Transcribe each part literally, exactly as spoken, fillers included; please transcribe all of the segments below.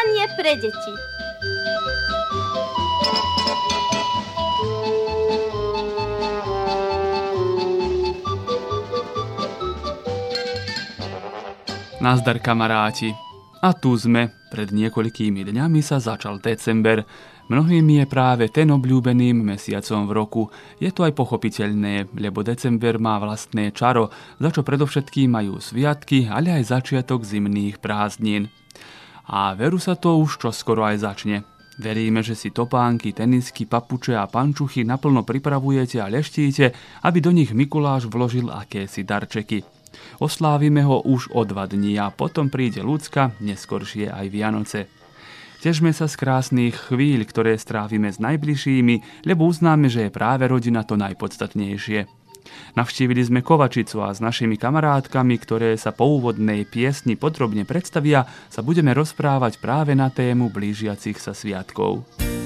Vysielanie pre deti. Nazdar kamaráti. A tu sme. Pred niekoľkými dňami sa začal december. Mnohým je práve ten obľúbeným mesiacom v roku. Je to aj pochopiteľné, lebo december má vlastné čaro, za čo predovšetkým majú sviatky, ale aj začiatok zimných prázdnin. A veru sa to už čoskoro aj začne. Veríme, že si topánky, tenisky, papuče a pančuchy naplno pripravujete a leštíte, aby do nich Mikuláš vložil akési darčeky. Oslávime ho už o dva dní a potom príde ľudská, neskoršie aj Vianoce. Težme sa z krásnych chvíľ, ktoré strávime s najbližšími, lebo uznáme, že je práve rodina to najpodstatnejšie. Navštívili sme Kovačicu a s našimi kamarátkami, ktoré sa po úvodnej piesni podrobne predstavia, sa budeme rozprávať práve na tému blížiacich sa sviatkov.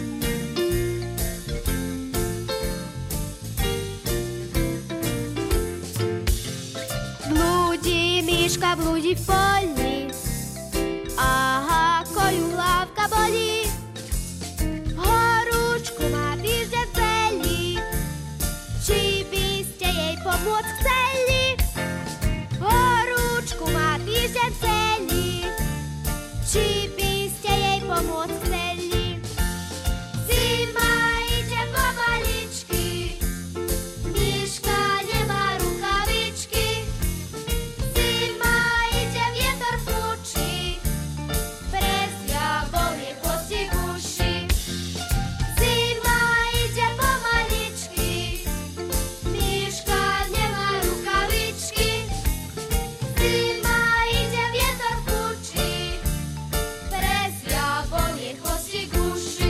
Blúdi myška, blúdi v poli, aha, koju hlávka bolí. Horúčku má týždeň celý, či by ste jej pomôcť chceli? Horúčku má týždeň celý, či by ste jej pomôcť chceli? Zima ide pomaličky, myška nemá rukavičky. Zima ide, vietor fúči, prezia bolie chvostík uši. Zima ide pomaličky, myška nemá rukavičky. Zima ide, vietor fúči, prezia bolie chvostík uši.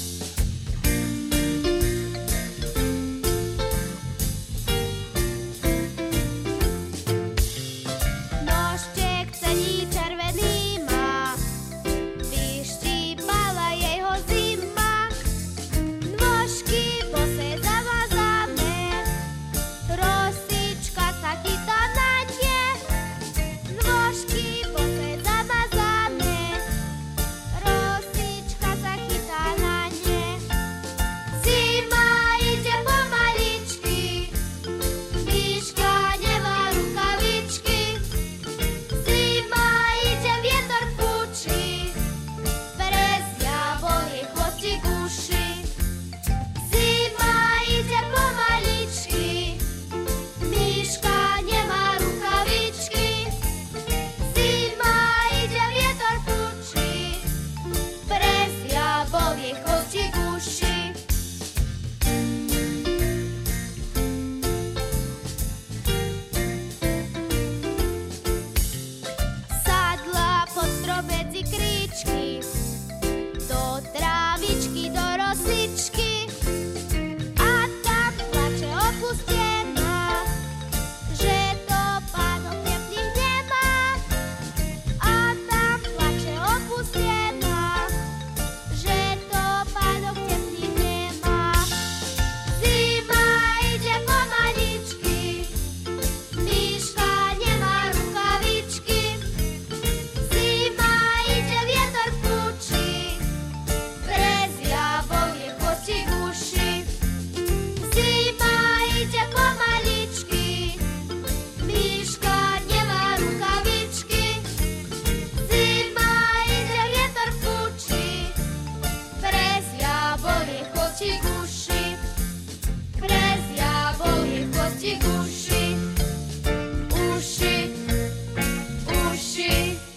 Nožtek celý červený má, vyštípala jej ho zima. Nôžky bose zamazané, rosička sa chytá na ne. Nôžky bose zamazané, rosička sa chytá na ne. Zima ide pomaličky, myška nemá rukavičky. Zima ide, vietor fúči, prezia bolie chvostík uši. Zima ide pomaličky, myška nemá rukavičky. Zima ide, vietor fúči, prezia bolie chvostík uši. Sadla pod strop medzi kríčky, do trávičky, do rosičky. A tam plače opustená, že to pánok teplých nemá. A tam plače opustená, že to pánok teplých nemá. Zima ide pomaličky, myška nemá rukavičky. Zima ide, vietor fúči, prezia bolie chvostík uši. Zima ide pomaličky, myška nemá rukavičky. Zima ide, vietor fúči, prezia bolie chvostík uši. Prezia bolie chvostík uši. Uši, uši.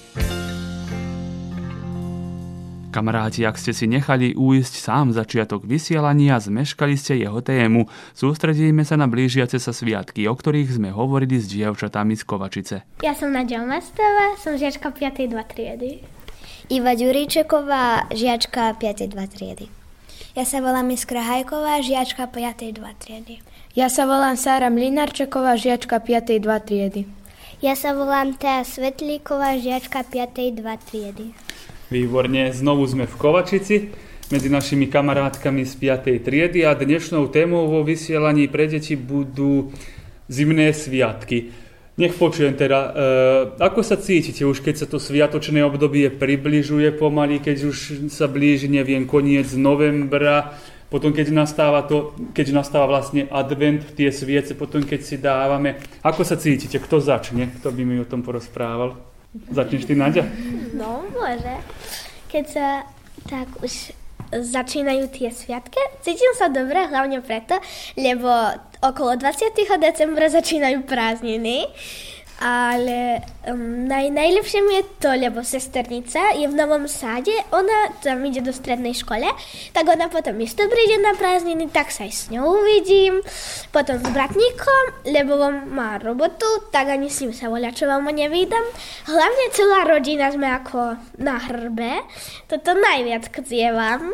Kamaráti, ak ste si nechali újsť sám začiatok vysielania, zmeškali ste jeho tému. Sústredíme sa na blížiace sa sviatky, o ktorých sme hovorili s dievčatami z Kovačice. Ja som Nadia Mastová, som žiačka piatej dva triedy. Iva Ďuríčeková, žiačka piatej dva triedy. Ja sa volám Iskra Hajková, žiačka piatej dva triedy. Ja sa volám Sára Mlinarčeková, žiačka piatej dva triedy. Ja sa volám Tea Svetlíková, žiačka piatej dva triedy. Výborne, znovu sme v Kovačici medzi našimi kamarátkami z piatej triedy a dnešnou témou vo vysielaní pre deti budú zimné sviatky. Nech počujem teda, e, ako sa cítite už, keď sa to sviatočné obdobie približuje pomaly, keď už sa blíži, neviem, koniec novembra, potom keď nastáva to, keď nastáva vlastne advent, tie sviece, potom keď si dávame. Ako sa cítite? Kto začne? Kto by mi o tom porozprával? Začneš ty, Naďa? No, môže. Keď sa tak už začínajú tie sviatky, cítim sa dobre, hlavne preto, lebo okolo dvadsiateho decembra začínajú prázdniny, ale um, naj, najlepšie mi je to, lebo sesternica je v Novom Sáde, ona tam ide do strednej škole, tak ona potom isto príde na prázdniny, tak sa aj s ňou uvidím, potom s bratníkom, lebo on má robotu, tak ani s ním sa voľačo veľmi nevídam. Hlavne celá rodina sme ako na hrbe, toto najviac ksievam.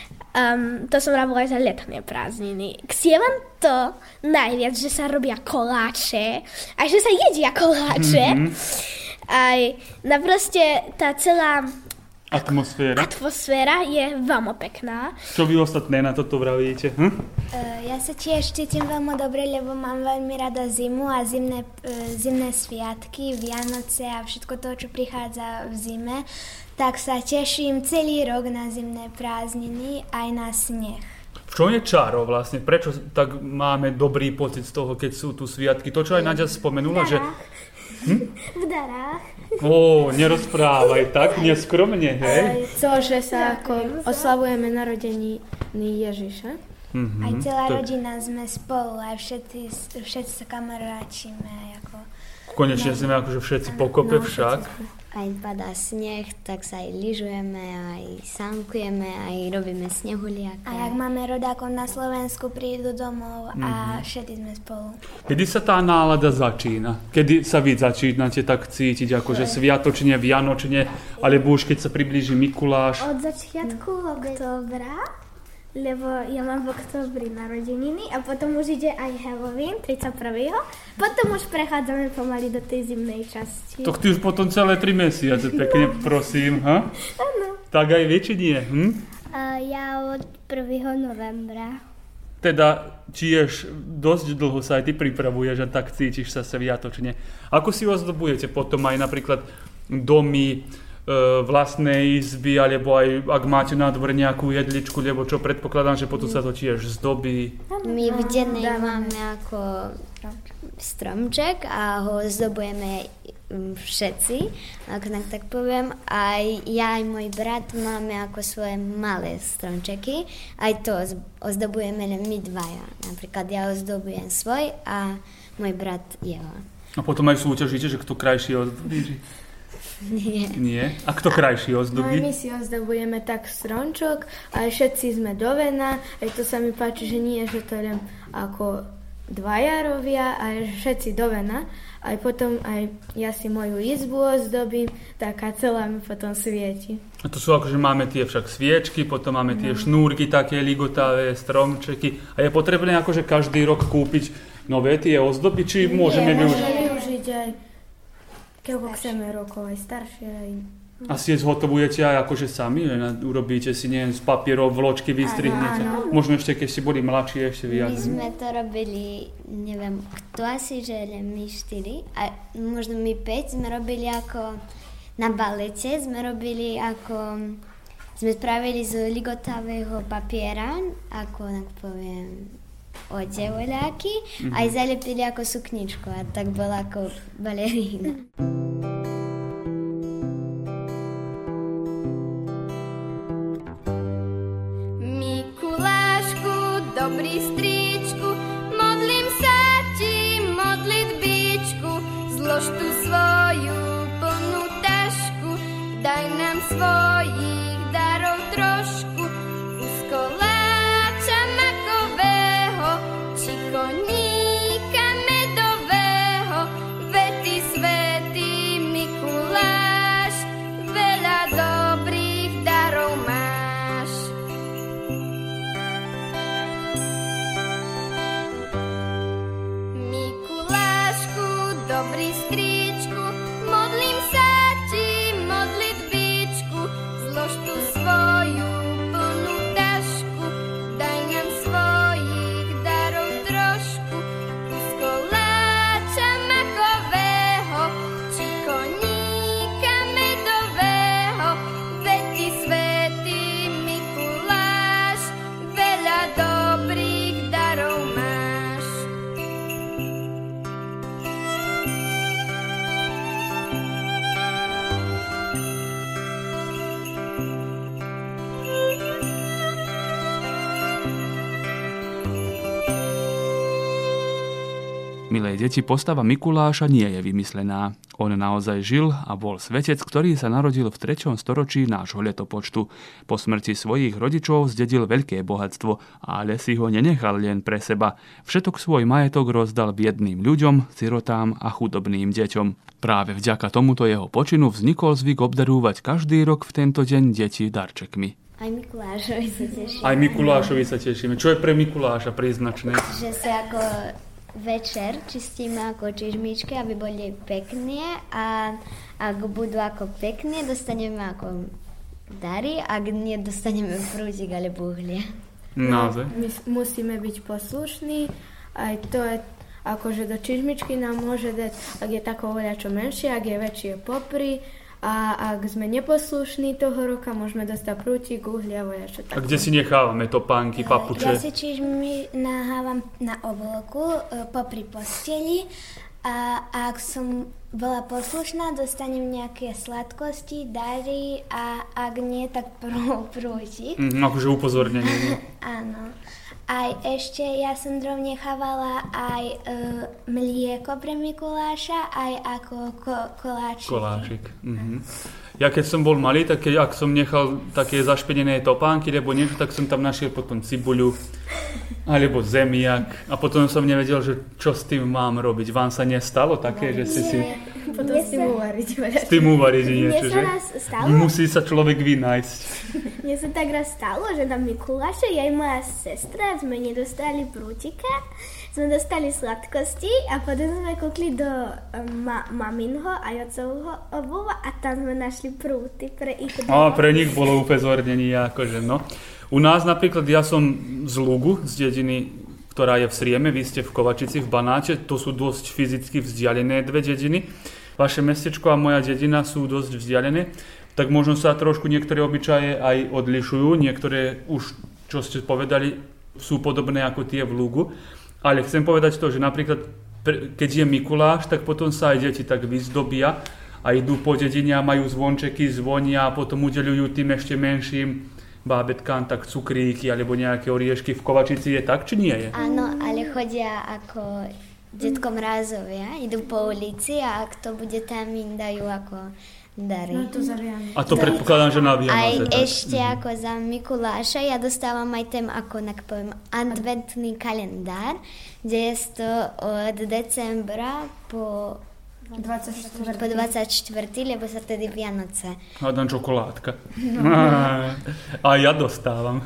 Um, to som robila aj za letné prázdniny. Ksievam to najviac, že sa robia koláče, aj že sa jedia koláče. Mm-hmm. Aj naproste tá celá atmosféra. atmosféra je veľmi pekná. Čo vy ostatné na toto vravíte? Hm? Uh, ja sa tiež cítim veľmi dobre, lebo mám veľmi rada zimu a zimné, uh, zimné sviatky, Vianoce a všetko to, čo prichádza v zime. Tak sa teším celý rok na zimné prázdniny aj na sneh. V čom je čaro vlastne? Prečo tak máme dobrý pocit z toho, keď sú tu sviatky? To, čo aj Naďa spomenula, že... Hm? V darách. Ó, nerozprávaj tak neskromne, hej? To, že sa ako oslavujeme narodeniny Ježiša. Mm-hmm. Aj celá to... rodina sme spolu, aj všetci, všetci sa kamarátime. Ako... Konečne no. sme akože všetci pokope no, však. Aj padá sneh, tak sa aj lyžujeme, aj sánkujeme, aj robíme snehuliaka. A jak máme rodákov na Slovensku, prídu domov a mm-hmm. všetci sme spolu. Kedy sa tá nálada začína? Kedy sa vy začínate tak cítiť, akože sviatočne, vianočne, alebo už keď sa priblíži Mikuláš? Od začiatku októbra, lebo ja mám v októbri narodeniny a potom už ide aj Halloween tridsiateho prvého Potom už prechádzame pomaly do tej zimnej časti. To ty už potom celé tri mesiace, pekne prosím, ha? Áno. Tak aj vy, či nie? Hm? A ja od prvého novembra. Teda tiež dosť dlho sa aj ty pripravuješ a tak cítiš sa sviatočne. Ako si ozdobujete potom aj napríklad domy, vlastnej izby, alebo aj ak máte na dvore nejakú jedličku, lebo čo predpokladám, že potom sa to tiež zdobí. My v dennej máme ako stromček a ho zdobujeme všetci, ako tak poviem. Aj ja aj môj brat máme ako svoje malé stromčeky. Aj to ozdobujeme len my dvaja. Napríklad ja ozdobujem svoj a môj brat jeho. A potom aj súťažíte, že kto krajšie ozdobí? Nie. Nie? A kto krajší ozdobí? No my si ozdobujeme tak stromčok, aj všetci sme do vena, aj to sa mi páči, že nie, že to len ako dvaja robia, aj všetci do vena, aj potom aj ja si moju izbu ozdobím, taká celá mi potom svieti. A to sú akože máme tie však sviečky, potom máme tie no. šnúrky také ligotavé, stromčeky a je potrebné akože každý rok kúpiť nové tie ozdoby, či môžeme nie, využiť? Môžeme využiť aj keľko chceme rokov, aj staršie. Aj... A si je zhotovujete aj akože sami? Urobíte si, neviem, z papierov vločky, vystrihnete? Áno, áno. Možno ešte, keď ste boli mladší, ešte viac. My sme to robili, neviem, kto asi, že len my štyri, a možno my päť sme robili ako na balete, sme robili ako, sme spravili z ligotavého papiera, ako, tak poviem, odev voľaký, mm-hmm. aj zalepili ako sukničku a tak bola ako balerína. Mikulášku, dobrý stríčku, modlím sa ti, modlitbičku, zlož tu svoju plnú tašku, daj nám svojich darov trošku, kus koláča makového, či koníka medového, vety svätý Mikuláš, veľa dobrých darov máš. Mikulášku, dobrý stríčku, modlím sa ti, modlitbičku, zlož tu svoju plnú tašku, daj nám svojich darov trošku, kus koláča makového. Milé deti, postava Mikuláša nie je vymyslená. On naozaj žil a bol svetec, ktorý sa narodil v treťom storočí nášho letopočtu. Po smrti svojich rodičov zdedil veľké bohatstvo, ale si ho nenechal len pre seba. Všetok svoj majetok rozdal biedným ľuďom, sirotám a chudobným deťom. Práve vďaka tomuto jeho počinu vznikol zvyk obdarúvať každý rok v tento deň deti darčekmi. Aj Mikulášovi sa tešíme. Aj Mikulášovi sa tešíme. Čo je pre Mikuláša príznačné? Že sa ako večer čistíme ako čižmičky, aby boli pekné a ak budú ako pekné, dostaneme ako dary, ak nie, dostaneme prútik alebo uhlie. Naozaj? My musíme byť poslušní, aj to je akože do čižmičky nám môže dať, ak je tako voľačo menšie, ak je väčšie popri. A ak sme neposlušní toho roka, môžeme dostať prútik, uhlia, voľačo tak. A kde si nechávame topánky, papuče? Ja si čižmy nahávam na oblku popri posteli a ak som bola poslušná, dostanem nejaké sladkosti, dary a ak nie, tak prv, prútik. Mm, akože upozornenie. Áno. Aj ešte ja som drov nechávala aj e, mlieko pre Mikuláša, aj ako ko- koláčik. Koláčik. Mhm. Ja keď som bol malý, tak keď, ak som nechal také zašpenené topánky, alebo niečo, tak som tam našiel potom cibuľu, alebo zemiak. A potom som nevedel, že čo s tým mám robiť. Vám sa nestalo také, že si si... Potom s tým uvariť. S tým uvariť niečo, Mne sa že? raz stalo, Musí sa človek vynájsť. mne sa tak raz stalo, že na Mikuláša ja aj moja sestra sme nedostali prútika, sme dostali sladkosti a potom sme kúkli do ma- maminho a otcovho obova a tam sme našli prúty pre ich A pre nich bolo upozornenie, akože no. U nás napríklad, ja som z Lugu, z dediny, ktorá je v Srieme, vy ste v Kovačici, v Banáte, to sú dosť fyzicky vzdialené dve dediny. Vaše mestečko a moja dedina sú dosť vzdialené, tak možno sa trošku niektoré obyčaje aj odlišujú, niektoré už, čo ste povedali, sú podobné ako tie v Lugu. Ale chcem povedať to, že napríklad, keď je Mikuláš, tak potom sa aj deti tak vyzdobia a idú po dedine a majú zvončeky, zvonia a potom udeľujú tým ešte menším bábetkám tak cukríky alebo nejaké oriešky. V Kovačici je tak, či nie je? Áno, ale chodia ako Detko Mrázovia, idú po ulici a ak to bude tam, im dajú ako dary. No to za Vianoce. A to predpokladám, že na Vianoce. Aj tak? ešte ako za Mikuláša ja dostávam aj ten ako, tak poviem, adventný kalendár, kde je to od decembra po dvadsaťštyri. po dvadsiateho štvrtého lebo sa tedy Vianoce. Hádam čokoládka. A ja dostávam.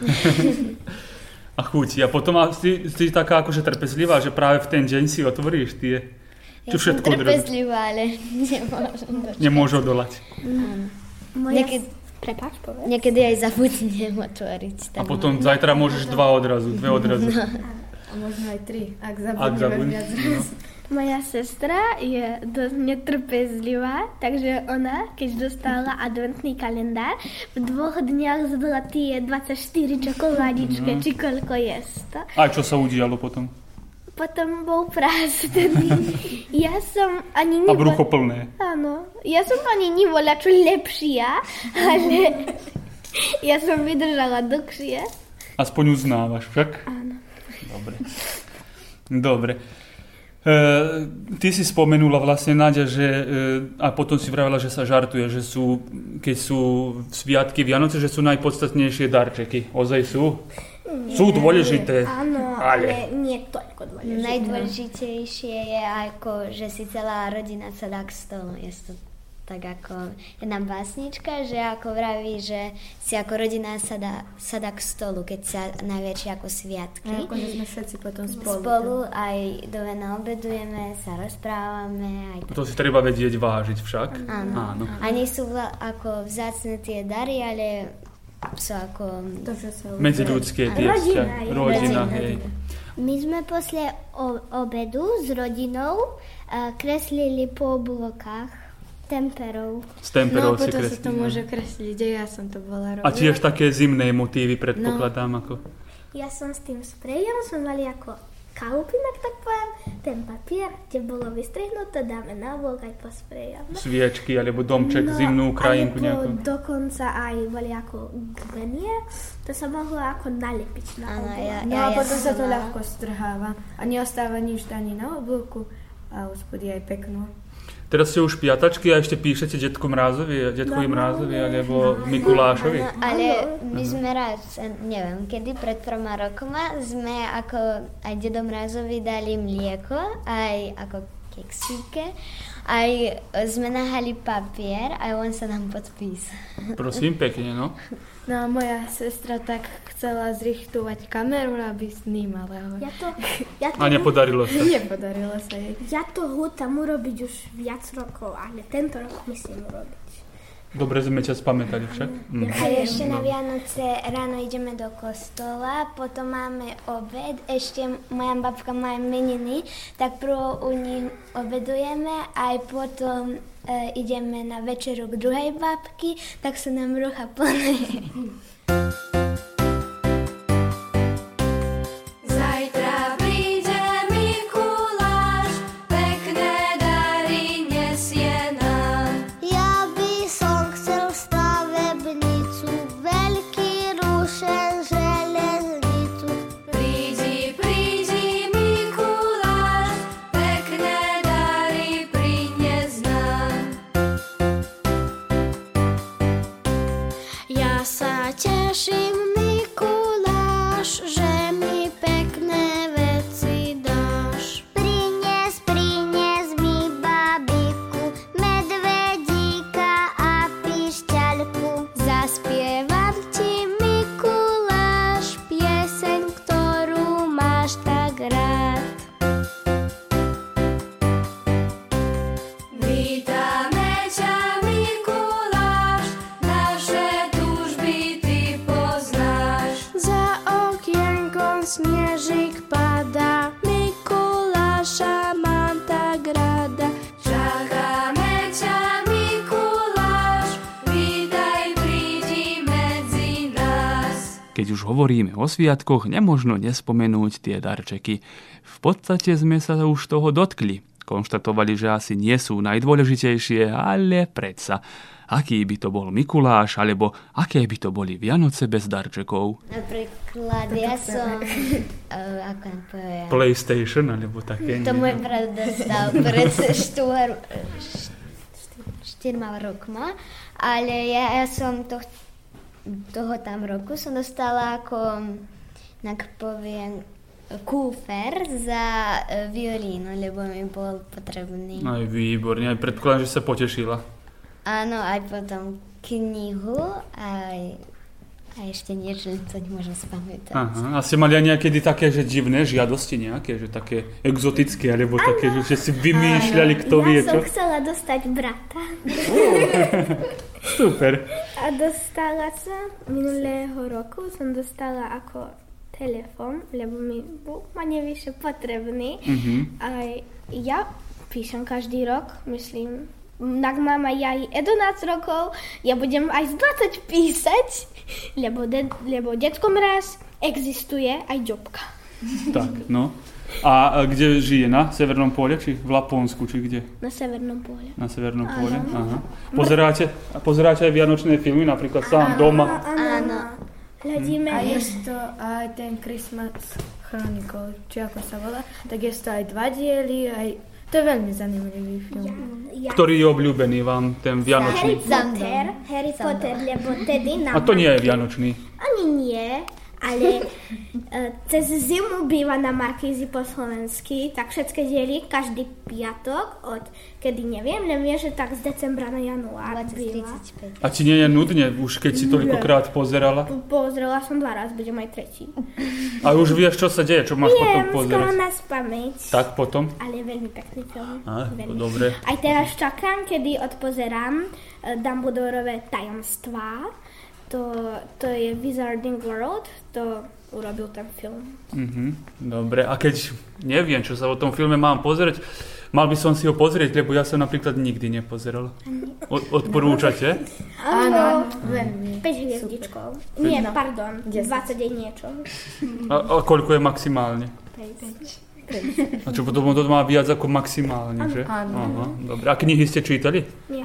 A chutí. A potom a si, si taká akože trpezlivá, že práve v ten deň si otvoríš tie... Ja som trpezlivá, ale nemôžem dočkať. Nemôžu odolať. Moja... Niekedy, Prepáč, povedz. niekedy aj zabudnem otvoriť. A potom zajtra môžeš dva odrazu, dve odrazu. A možno aj tri, ak Ak zabudneme zabudneš. viac No. raz. Moja sestra je dosť netrpezlivá, takže ona, keď dostala adventný kalendár, v dvoch dniach zjedla tie dvadsaťštyri čokoládičky, či koľko je to. A čo sa udialo potom? Potom bol prázdny. Ja som ani A nebola... brucho plné. Áno, ja som ani nebola čo lepšia, ale ja som vydržala dlhšie. Aspoň uznávaš, však? Áno. Dobre. Dobre. E, ty si spomenula vlastne, Náďa, že e, a potom si vravela, že sa žartuje, že sú, keď sú sviatky Vianoce, že sú najpodstatnejšie darčeky. Ozaj sú? Nie, sú dôležité. Áno, ale... ale nie toľko dôležité. Najdôležitejšie je ako, že si celá rodina sadá k stolu. Je to tak ako jedna básnička, že ako vraví, že si ako rodina sadá, sadá k stolu, keď sa najväčšie ako sviatky. A akože sme všetci potom spolu. Spolu aj dovena obedujeme, sa rozprávame. Aj tak. To si treba vedieť vážiť však. Áno. Áno. A nie sú vla- ako vzácne tie dary, ale sú ako... To, že sa Medziľudské tie Rodina vzťahy. je. Rodina, Rodina. hej. My sme posle o- obedu s rodinou uh, kreslili po oblokách temperov. Z temperov No, si potom sa kresli. to môže kresliť, aj ja som to bola robiť. A tiež také zimné motívy predpokladám. Ako... Ja som s tým sprejom, sme mali ako kalupínak, tak poviem, ten papier, kde bolo vystrihnuté, dáme na oblok aj posprejame. Sviečky, alebo domček, no, zimnú krajinku alebo nejakú. dokonca aj boli ako gvenie, to sa mohlo ako nalepiť na Áno, oblok. ja, No ja, a ja potom sa to som mala- ľahko strháva a neostáva nič ani na oblúku a hospod je aj pekno. Teraz ste už piatačky a ešte píšete detku Mrázovi, detkovi Mrázovi, alebo Mikulášovi. Áno, ale my sme raz, neviem, kedy pred troma rokoma sme ako aj Dedo Mrázovi dali mlieko, aj ako keksíke, aj sme nahali papier a on sa nám podpísal. Prosím, pekne, no. No a moja sestra tak chcela zrichtovať kameru, aby snímala, ale Ja to, ja to, A nepodarilo sa. nepodarilo sa jej. ja to hútam urobiť už viac rokov, ale tento rok myslím urobiť. Dobre sme ťa spamätali však. Hm. A ešte na Vianoce ráno ideme do kostola, potom máme obed, ešte moja babka má meniny, tak prvo u nich obedujeme, aj potom e, ideme na večeru k druhej babky, tak sa nám rucha plné. Zajtra príde Mikuláš, pekné dary nesie nám. Ja by som chcel stavebnicu, veľký rušen, železnicu. Prídi, prídi Mikuláš, pekné dary prinies nám. Ja sa teším, Mikuláš, že mi pekné veci dáš. Prinies, prinies mi babiku, medvedíka a pišťaľku. Zaspievam ti, Mikuláš, pieseň, ktorú máš tak rád. Vítame ťa, Mikuláš, naše túžby ty poznáš. Za okienkom snežik padá, Mikuláša mám tak rada. Čakáme ťa, Mikuláš, vítaj, prídi medzi nás. Keď už hovoríme o sviatkoch, nemožno nespomenúť tie darčeky. V podstate sme sa už toho dotkli. Konštatovali, že asi nie sú najdôležitejšie, ale predsa. Aký by to bol Mikuláš, alebo aké by to boli Vianoce bez darčekov? Napríklad ja som, uh, ako vám poviem, PlayStation, alebo také. to môj brat dostal pred štvor, štyrma rokma, ale ja, ja som to, toho tam roku som dostala ako, tak poviem, kúfer za e, violínu, lebo mi bol potrebný. Aj výborne, aj predpokladám, že sa potešila. Áno, aj potom knihu, aj, a ešte niečo, to nemôžem spamätať. Aha, a ste mali aj niekedy také, že divné žiadosti nejaké, že také exotické, alebo také, že, že si vymýšľali, kto vie Ja čo? som chcela dostať brata. Super. A dostala som, minulého roku som dostala ako telefon, lebo mi bol ma nevyše potrebný. Mhm. A ja píšem každý rok, myslím, tak mám aj ja jedenásť rokov, ja budem aj z dvadsať písať, lebo, de, lebo Detko Mráz existuje aj Ďobka. Tak, no. A a kde žije? Na Severnom pole, či v Laponsku, či kde? Na Severnom pole. Na Severnom pole? Aha. Pozeráte, pozeráte aj vianočné filmy, napríklad sám doma? Áno. Hľadíme. A je to aj ten Christmas Chronicle, či ako sa volá, tak je to aj dva diely, aj to je veľmi zaujímavý film. Ja, Ktorý je obľúbený vám, ten Harry vianočný? Potter, Harry Potter, lebo tedy A nám... to nie je vianočný. Ani nie, ale e, cez zimu býva na Markízi po slovensky, tak všetky diely každý piatok od, kedy neviem, neviem, že tak z decembra na január dvadsať býva. tridsaťpäť. A ti nie je nudne, už keď si toľkokrát pozerala? Pozrela som dva raz, budem aj tretí. A už vieš, čo sa deje, čo máš potom Viem, skoro pozerať? na spamäť. Tak potom? Ale veľmi pekný film. Á, Veľmi. dobre. Aj teraz čakám, kedy odpozerám e, Dumbledorové tajomstvá. To, to je Wizarding World, to urobil ten film. Mhm, dobre, a keď neviem, čo sa o tom filme mám pozrieť, mal by som si ho pozrieť, lebo ja som napríklad nikdy nepozeral. O- odporúčate? Áno, veľmi. päť hviezdičkov. Nie, pardon, dvadsať aj niečo. A, a koľko je maximálne? päť. A čo potom to má viac ako maximálne, že? Áno. Aha, dobre. A knihy ste čítali? Nie.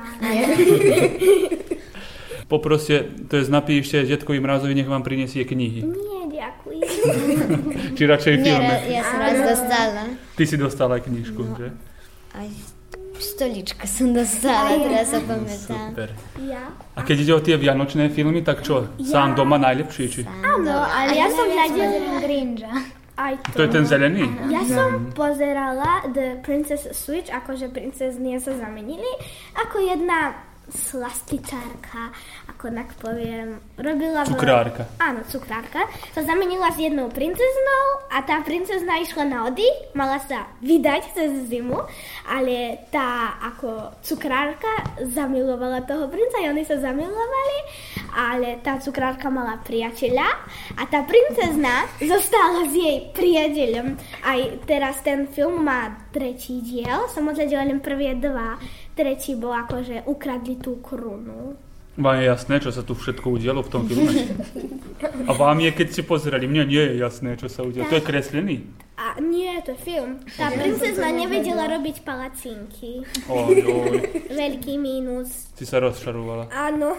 Poproste, to je napíšte detkovi Mrazovi, nech vám prinesie knihy. Nie, ďakujem. Či radšej Nie, filmy. ra- ja som raz dostala. Ty si dostala aj knižku, že? Aj stolička som dostala, teraz sa pamätám. Super. Ja? A keď ide o tie vianočné filmy, tak čo? Sám doma najlepšie, či? Áno, ale ja som hľadila Grinja. aj To je ten zelený? Ja som pozerala The Princess Switch, akože princeznie sa zamenili, ako jedna slastičárka, ako tak poviem, robila... Cukrárka. Áno, cukrárka. Sa zamenila s jednou princeznou a tá princezna išla na oddych, mala sa vydať cez zimu, ale tá ako cukrárka zamilovala toho princa a oni sa zamilovali, ale tá cukrárka mala priateľa a tá princezna zostala s jej priateľom. Aj teraz ten film má tretí diel, som odhľadila len prvé dva. Tretí bol akože ukradli tú korunu. Vám je jasné, čo sa tu všetko udialo v tom filme? A vám je, keď ste pozerali? Mne nie je jasné, čo sa udialo. To je kreslený? A nie, to je film. Tá princezna nevedela robiť palacinky. Oj, oj. Veľký mínus. Si sa rozčarovala. Áno.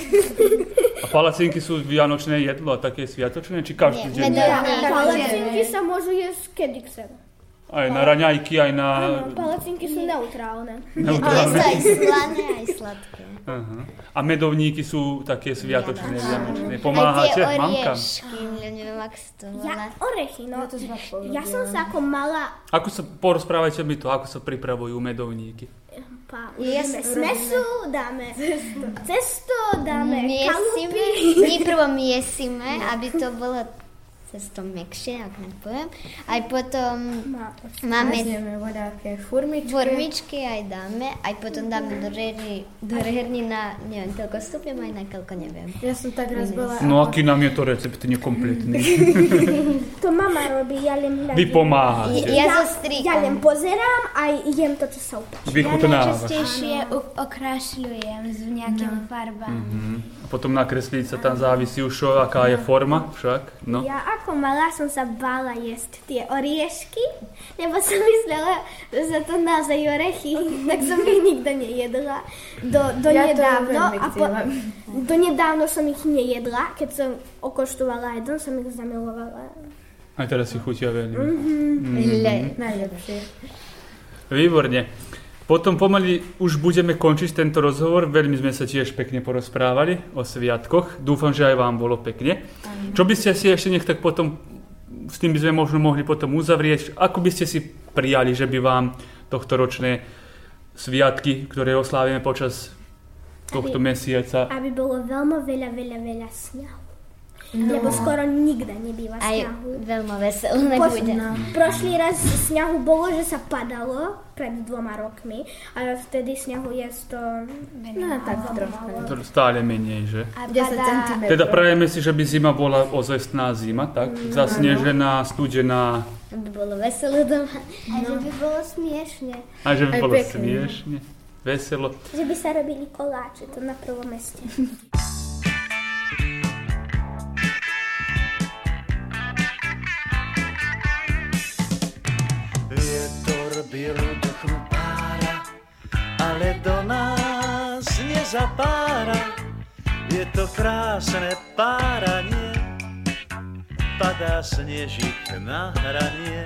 A palacinky sú vianočné jedlo a také sviatočné? Či každý deň? Palacinky sa môžu jesť kedy chcem. Aj na raňajky, aj na... Áno, palacinky sú neutrálne. Ale sú neutrálne. aj slané, aj sladké. Aha. A medovníky sú také sviatočné, vianočné. Aj Pomáhate tie mamkám? oriešky, neviem, ako sa to volá. Ja, orechy, no. Ja som sa ako mala... Ako sa, porozprávajte mi to, ako sa pripravujú medovníky. Pa, Yes. yes. Smesu, dáme cesto, dáme Miesime, kalupy. my prvo miesime, aby to bolo cesto mäkšie, ak nepoviem. Aj potom máme Vezmeme voľaké formičky. formičky, aj dáme, aj potom dáme do rehni, do rehni na, neviem, koľko stupňov, aj na koľko, neviem. Ja som tak raz bola... No aký nám je to recept nekompletný? To mama robí, ja len hľadím. Vy pomáhate. Ja so Ja strikom. len pozerám a jem to, čo sa upáči. Vychutnávaš. Najčastejšie u- okrašľujem s nejakými farbami. A potom nakresliť sa tam závisí už, čo, aká je forma však. No. Ja ako malá som sa bála jesť tie oriešky, lebo som myslela, že sa to naozaj orechy, tak som ich nikto nejedla. Do, do Ja to nedávno, veľmi a po, chcela. do nedávno som ich nejedla, keď som okoštovala jeden, som ich zamilovala. Aj teraz si chutia veľmi. Le. Najlepšie. Výborne. Potom pomaly už budeme končiť tento rozhovor. Veľmi sme sa tiež pekne porozprávali o sviatkoch. Dúfam, že aj vám bolo pekne. Čo by ste si ešte nech tak potom, s tým by sme možno mohli potom uzavrieť, ako by ste si prijali, že by vám tohtoročné sviatky, ktoré oslávime počas tohto mesiaca, Aby bolo veľmi veľa, veľa, veľa snehu. No. Lebo skoro nikde nebýva Aj snehu. veľmi veselé bude. Prošlý raz snehu bolo, že sa padalo pred dvoma rokmi, ale vtedy snehu je to... No tak trošku. to stále menej, že? A desať padá, centimetrov. Teda prajeme si, že by zima bola ozajstná zima, tak? Zasnežená, studená, Aby bolo veselé doma. A že by bolo smiešne. a že by Aj bolo pekne. smiešne, veselo. Že by sa robili koláče, to na prvom meste. Vietor bielu duchu pára, ale do nás nezapára. Je to krásne páranie, padá snežík na hranie.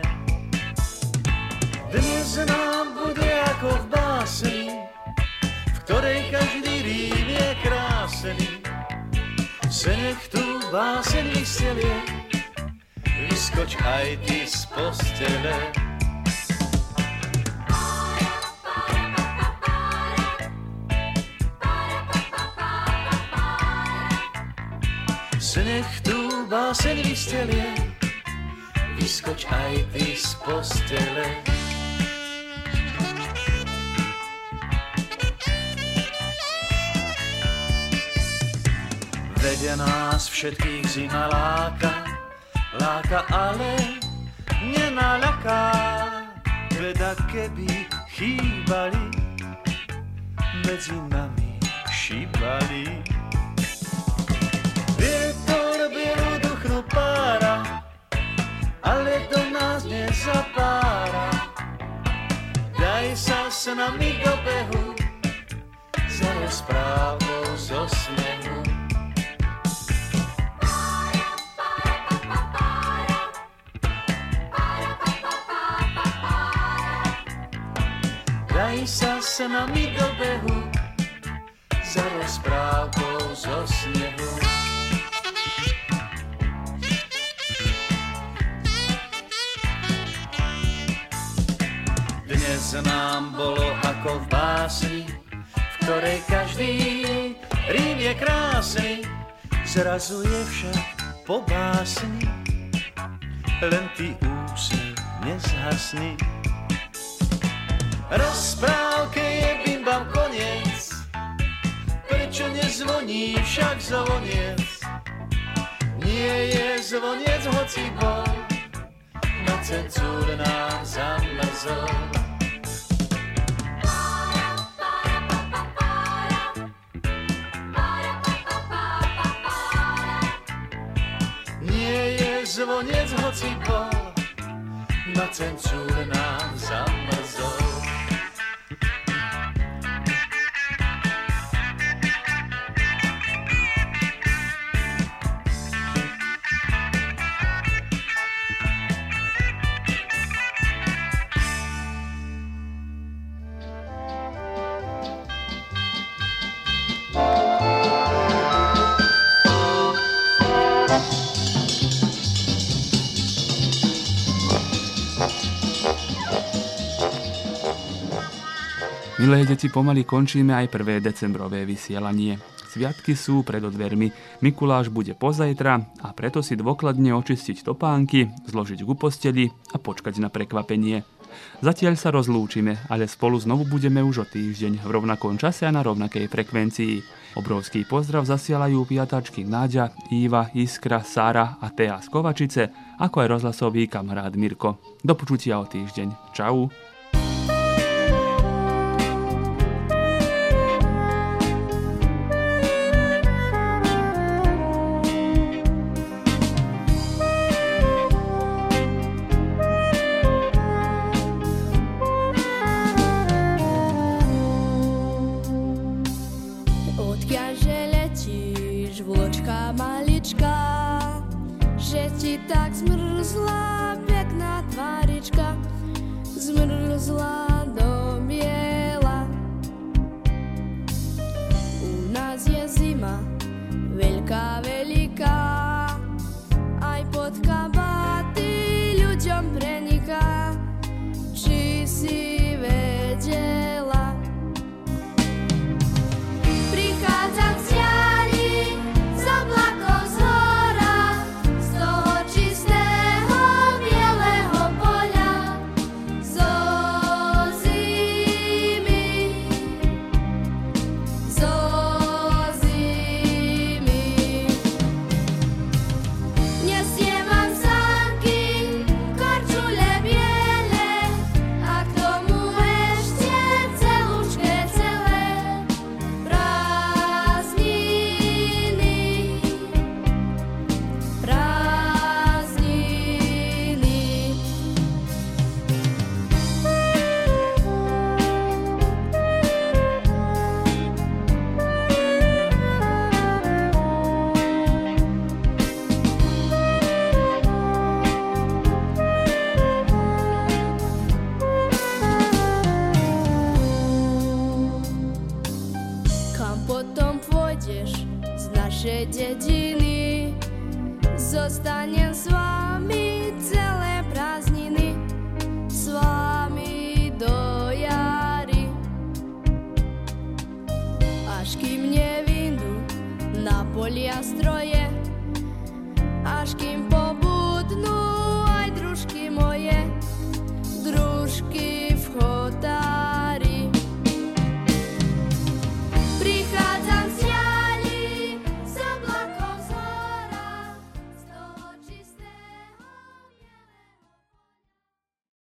Dnes nám bude ako v básni, v ktorej každý rým je krásny. Se nech tú báseň vystelie, vyskoč aj ty z postele. Sneh tú báseň vystelie, vyskoč aj ty z postele. Vedia nás všetkých zima láka, láka, ale nenaľaká. Veda keby chýbali, medzi nami šíbali. Vietor bielu duchnu pára, ale do nás dnes zapára. Daj sa s nami do behu za rozprávkou zo snehu. Daj sa s nami do behu za rozprávkou zo snehu. Dnes nám bolo ako v básni, v ktorej každý rým je krásny. Zrazu je však po básni, len ty úsmev nezhasni. Rozprávke je bimbam koniec, prečo nezvoní však zvoniec? Nie je zvoniec, hoci bol, na cenzúr nám zamrzol. Nie je zvoniec, hoci bol, na cenzúr nám zamrzol. Milé deti, pomaly končíme aj prvé decembrové vysielanie. Sviatky sú pred dvermi, Mikuláš bude pozajtra a preto si dôkladne očistiť topánky, zložiť ku posteli a počkať na prekvapenie. Zatiaľ sa rozlúčime, ale spolu znovu budeme už o týždeň v rovnakom čase a na rovnakej frekvencii. Obrovský pozdrav zasielajú piatačky Náďa, Íva, Iskra, Sára a Tea z Kovačice, ako aj rozhlasový kamarát Mirko. Do počutia o týždeň. Čau. Tak zmrzla pekná tvárička, zmrzla do biela. U nás je zima, veľká, veľká, aj pod kabáty ľuďom preniká. Či si vedela? Prichádzam z diaľy, z oblakov z hora, z toho čistého bieleho poľa, zo zimy, zo zimy. Nesiem vám sánky, korčule biele, a k tomu ešte celúčké celé prázdniny, prázdniny. Kam potom pôjdeš z našej dediny? Zostanem s vami celé prázdniny, s vami do jary, až kým nevyjdú na polia stroje, až kým